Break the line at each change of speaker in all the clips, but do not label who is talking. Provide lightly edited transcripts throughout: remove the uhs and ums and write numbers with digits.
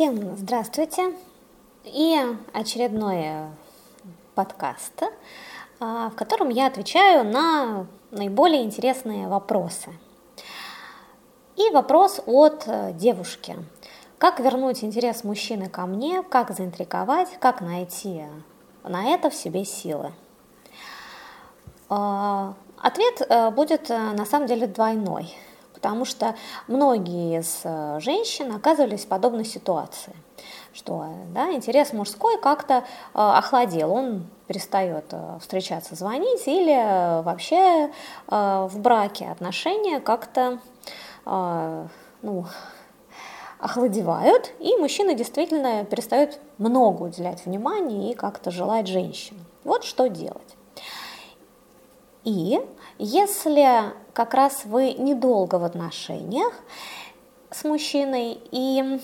Всем здравствуйте! И очередной подкаст, в котором я отвечаю на наиболее интересные вопросы. И вопрос от девушки. Как вернуть интерес мужчины ко мне, как заинтриговать, как найти на это в себе силы? Ответ будет на самом деле двойной. Потому что многие из женщин оказывались в подобной ситуации, что интерес мужской как-то охладел, он перестает встречаться, звонить, или вообще в браке отношения как-то охладевают, и мужчина действительно перестает много уделять внимания и как-то желать женщину. Вот что делать. И если как раз вы недолго в отношениях с мужчиной, и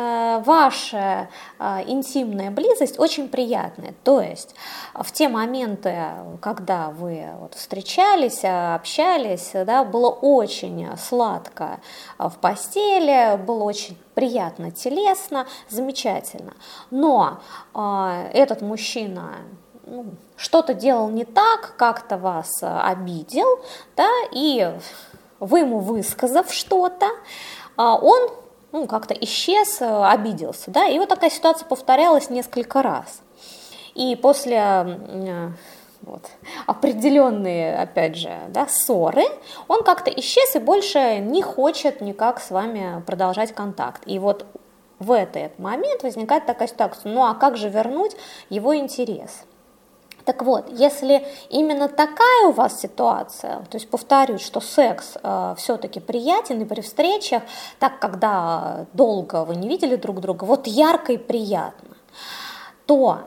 ваша интимная близость очень приятная, то есть в те моменты, когда вы встречались, общались, было очень сладко в постели, было очень приятно телесно, замечательно, но этот мужчина что-то делал не так, как-то вас обидел, и вы ему высказав что-то, он как-то исчез, обиделся, и вот такая ситуация повторялась несколько раз. И после определенные, опять же, ссоры, он как-то исчез и больше не хочет никак с вами продолжать контакт. И вот в этот момент возникает такая ситуация, а как же вернуть его интерес? Так вот, если именно такая у вас ситуация, то есть повторюсь, что секс все-таки приятен и при встречах, так когда долго вы не видели друг друга, ярко и приятно, то,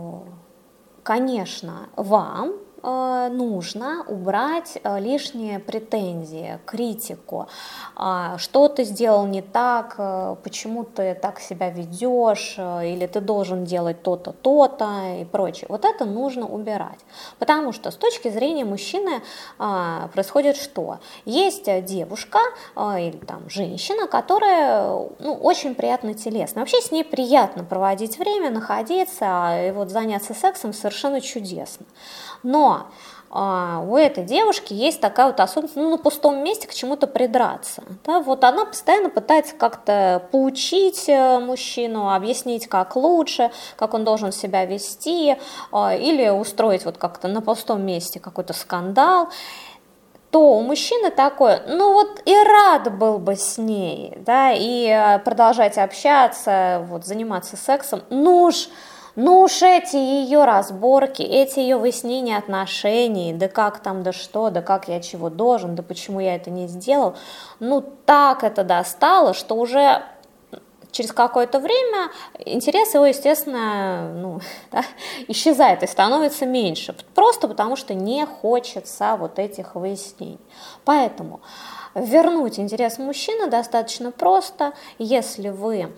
конечно, вам нужно убрать лишние претензии, критику, что ты сделал не так, почему ты так себя ведешь, или ты должен делать то-то, то-то и прочее. Вот это нужно убирать, потому что с точки зрения мужчины происходит что? Есть девушка или женщина, которая очень приятно телесно. Вообще с ней приятно проводить время, находиться, и заняться сексом совершенно чудесно. Но у этой девушки есть такая особенность, на пустом месте к чему-то придраться. Она постоянно пытается как-то поучить мужчину, объяснить, как лучше, как он должен себя вести, или устроить как-то на пустом месте какой-то скандал. То у мужчины такое, и рад был бы с ней, и продолжать общаться, заниматься сексом, Ну уж эти ее разборки, эти ее выяснения отношений, да как там, да что, да как я чего должен, да почему я это не сделал, так это достало, что уже через какое-то время интерес его, естественно, исчезает и становится меньше, просто потому что не хочется этих выяснений. Поэтому вернуть интерес мужчины достаточно просто, если вы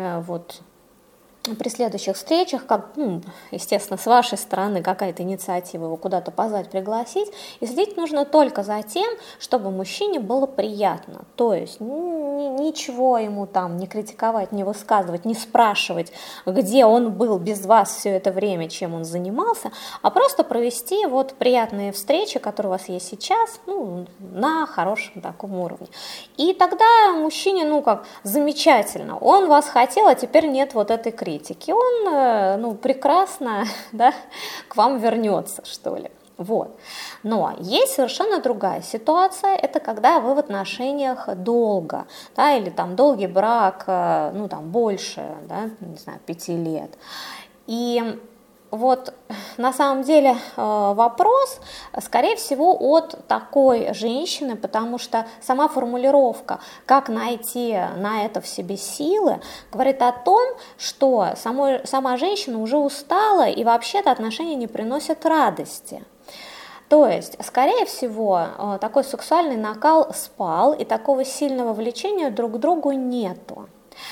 при следующих встречах, естественно, с вашей стороны какая-то инициатива его куда-то позвать, пригласить, и следить нужно только за тем, чтобы мужчине было приятно, то есть ничего ему не критиковать, не высказывать, не спрашивать, где он был без вас все это время, чем он занимался, а просто провести приятные встречи, которые у вас есть сейчас, на хорошем таком уровне. И тогда мужчине, замечательно, он вас хотел, а теперь нет этой критики. Он прекрасно к вам вернется, что ли. Но есть совершенно другая ситуация, это когда вы в отношениях долго, или долгий брак, больше, 5 лет. И на самом деле вопрос, скорее всего, от такой женщины, потому что сама формулировка, как найти на это в себе силы, говорит о том, что сама женщина уже устала и вообще-то отношения не приносят радости. То есть, скорее всего, такой сексуальный накал спал, и такого сильного влечения друг к другу нету.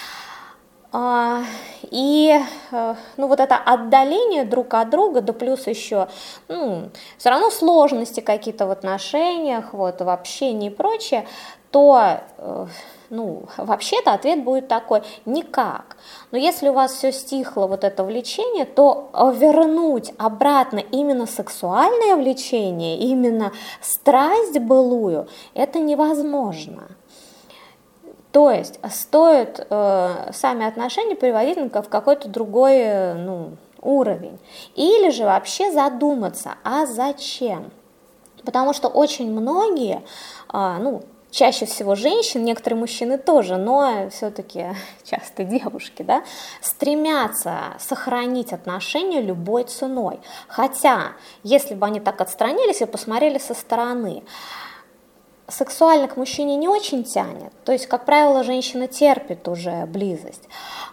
И это отдаление друг от друга, да плюс еще все равно сложности какие-то в отношениях, в общении и прочее, то вообще-то ответ будет такой: никак. Но если у вас все стихло, вот это влечение, то вернуть обратно именно сексуальное влечение, именно страсть былую, это невозможно. То есть стоит сами отношения приводить в какой-то другой уровень. Или же вообще задуматься, а зачем? Потому что очень многие, чаще всего женщины, некоторые мужчины тоже, но все-таки часто девушки, да, стремятся сохранить отношения любой ценой. Хотя, если бы они так отстранились и посмотрели со стороны, сексуально к мужчине не очень тянет, то есть, как правило, женщина терпит уже близость.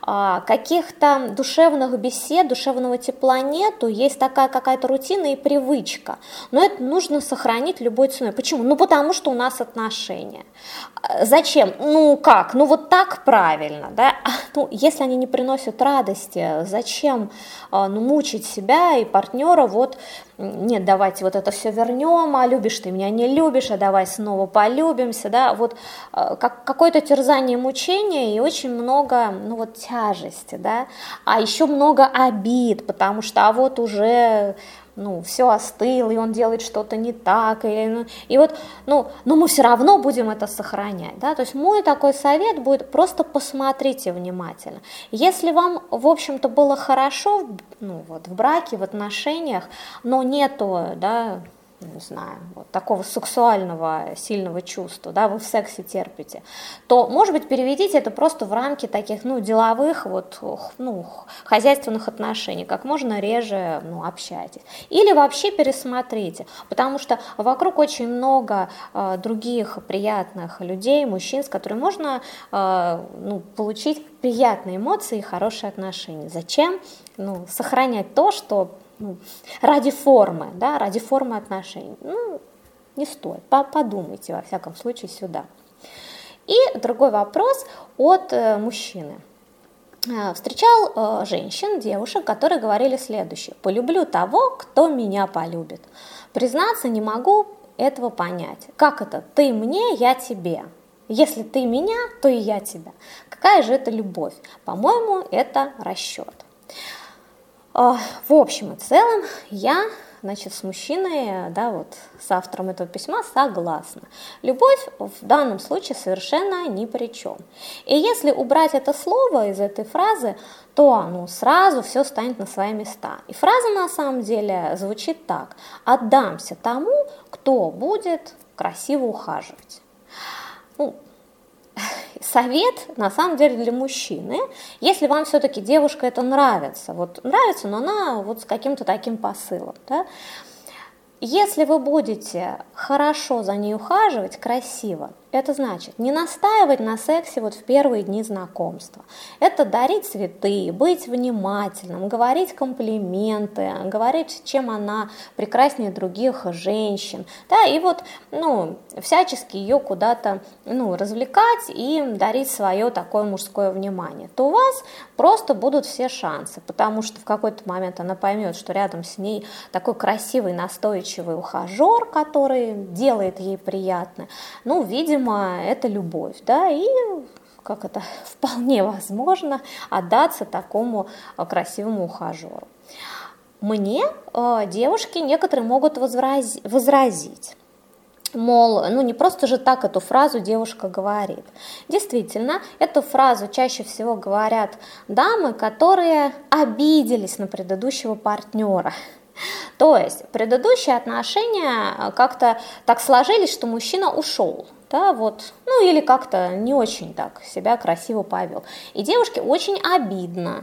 Каких-то душевных бесед, душевного тепла нету, есть такая какая-то рутина и привычка, но это нужно сохранить любой ценой. Почему? Потому что у нас отношения. Зачем? Вот так правильно, да? Если они не приносят радости, зачем мучить себя и партнера, нет, давайте вот это все вернем, а любишь ты меня, не любишь, а давай снова полюбимся, да, какое-то терзание, мучение и очень много, тяжести, да, а еще много обид, потому что, уже, все остыло, и он делает что-то не так, но мы все равно будем это сохранять, да, то есть мой такой совет будет: просто посмотрите внимательно. Если вам, в общем-то, было хорошо, в браке, в отношениях, но нету, да, не знаю, такого сексуального сильного чувства, да, вы в сексе терпите, то, может быть, переведите это просто в рамки таких, деловых, хозяйственных отношений, как можно реже, общайтесь. Или вообще пересмотрите, потому что вокруг очень много других приятных людей, мужчин, с которыми можно получить приятные эмоции и хорошие отношения. Зачем? Сохранять то, что ради формы, да, ради формы отношений. Не стоит. Подумайте, во всяком случае, сюда. И другой вопрос от мужчины. Встречал женщин, девушек, которые говорили следующее: полюблю того, кто меня полюбит. Признаться, не могу этого понять. Как это? Ты мне, я тебе. Если ты меня, то и я тебя. Какая же это любовь? По-моему, это расчет. В общем и целом, я, с мужчиной, с автором этого письма согласна. Любовь в данном случае совершенно ни при чем. И если убрать это слово из этой фразы, то сразу все станет на свои места. И фраза на самом деле звучит так: отдамся тому, кто будет красиво ухаживать. Совет, на самом деле, для мужчины: если вам все-таки девушка это нравится, но она с каким-то таким посылом, да, если вы будете хорошо за ней ухаживать, красиво, это значит не настаивать на сексе в первые дни знакомства. Это дарить цветы, быть внимательным, говорить комплименты, говорить, чем она прекраснее других женщин, да, и всячески ее куда-то развлекать и дарить свое такое мужское внимание, то у вас просто будут все шансы, потому что в какой-то момент она поймет, что рядом с ней такой красивый, настойчивый ухажер, который делает ей приятно. Видимо, это любовь, да, и вполне возможно отдаться такому красивому ухажеру. Мне девушки некоторые могут возразить. Мол, не просто же так эту фразу девушка говорит. Действительно, эту фразу чаще всего говорят дамы, которые обиделись на предыдущего партнера. То есть предыдущие отношения как-то так сложились, что мужчина ушел, да, или как-то не очень так себя красиво повел. И девушке очень обидно.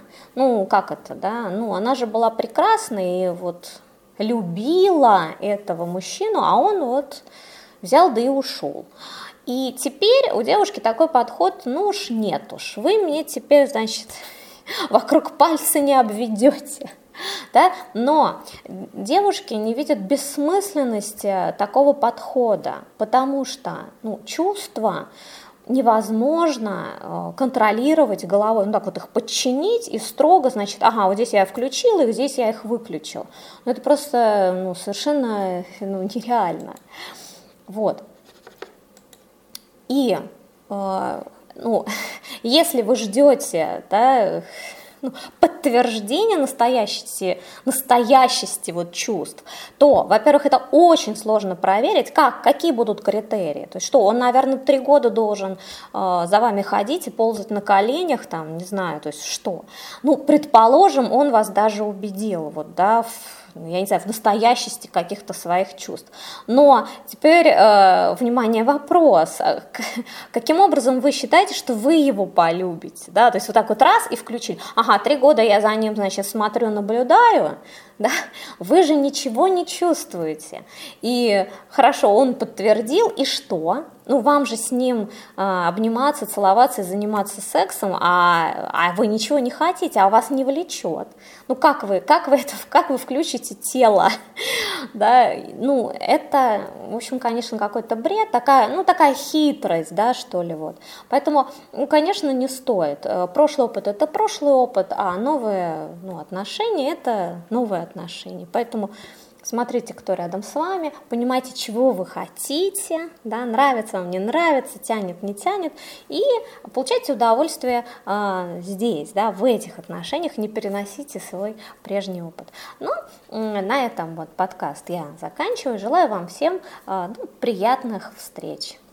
Она же была прекрасна и любила этого мужчину, а он взял да и ушел. И теперь у девушки такой подход: нет уж, вы мне теперь, вокруг пальца не обведете. Да? Но девушки не видят бессмысленности такого подхода, потому что чувства невозможно контролировать головой, их подчинить и строго, здесь я включил их, здесь я их выключил. Это просто совершенно нереально. И, если вы ждете, да, подтверждение настоящести вот чувств, то, во-первых, это очень сложно проверить, какие будут критерии. То есть что, он, наверное, 3 года должен за вами ходить и ползать на коленях, там, не знаю, то есть что. Предположим, он вас даже убедил, вот, да, я не знаю, в настоящести каких-то своих чувств. Но теперь, внимание, вопрос. Каким образом вы считаете, что вы его полюбите? Да? То есть вот так вот раз и включили. 3 года я за ним, значит, смотрю, наблюдаю. Да? Вы же ничего не чувствуете. И хорошо, он подтвердил, и что? Вам же с ним обниматься, целоваться и заниматься сексом, а вы ничего не хотите, а вас не влечет. Как вы включите тело? Да? Это, в общем, конечно, какой-то бред, такая хитрость, да, что ли, вот. Поэтому, конечно, не стоит. Прошлый опыт – это прошлый опыт, а новые отношения – это новые отношения. Поэтому смотрите, кто рядом с вами, понимайте, чего вы хотите, да, нравится вам, не нравится, тянет, не тянет, и получайте удовольствие здесь, да, в этих отношениях, не переносите свой прежний опыт. На этом подкаст я заканчиваю. Желаю вам всем приятных встреч.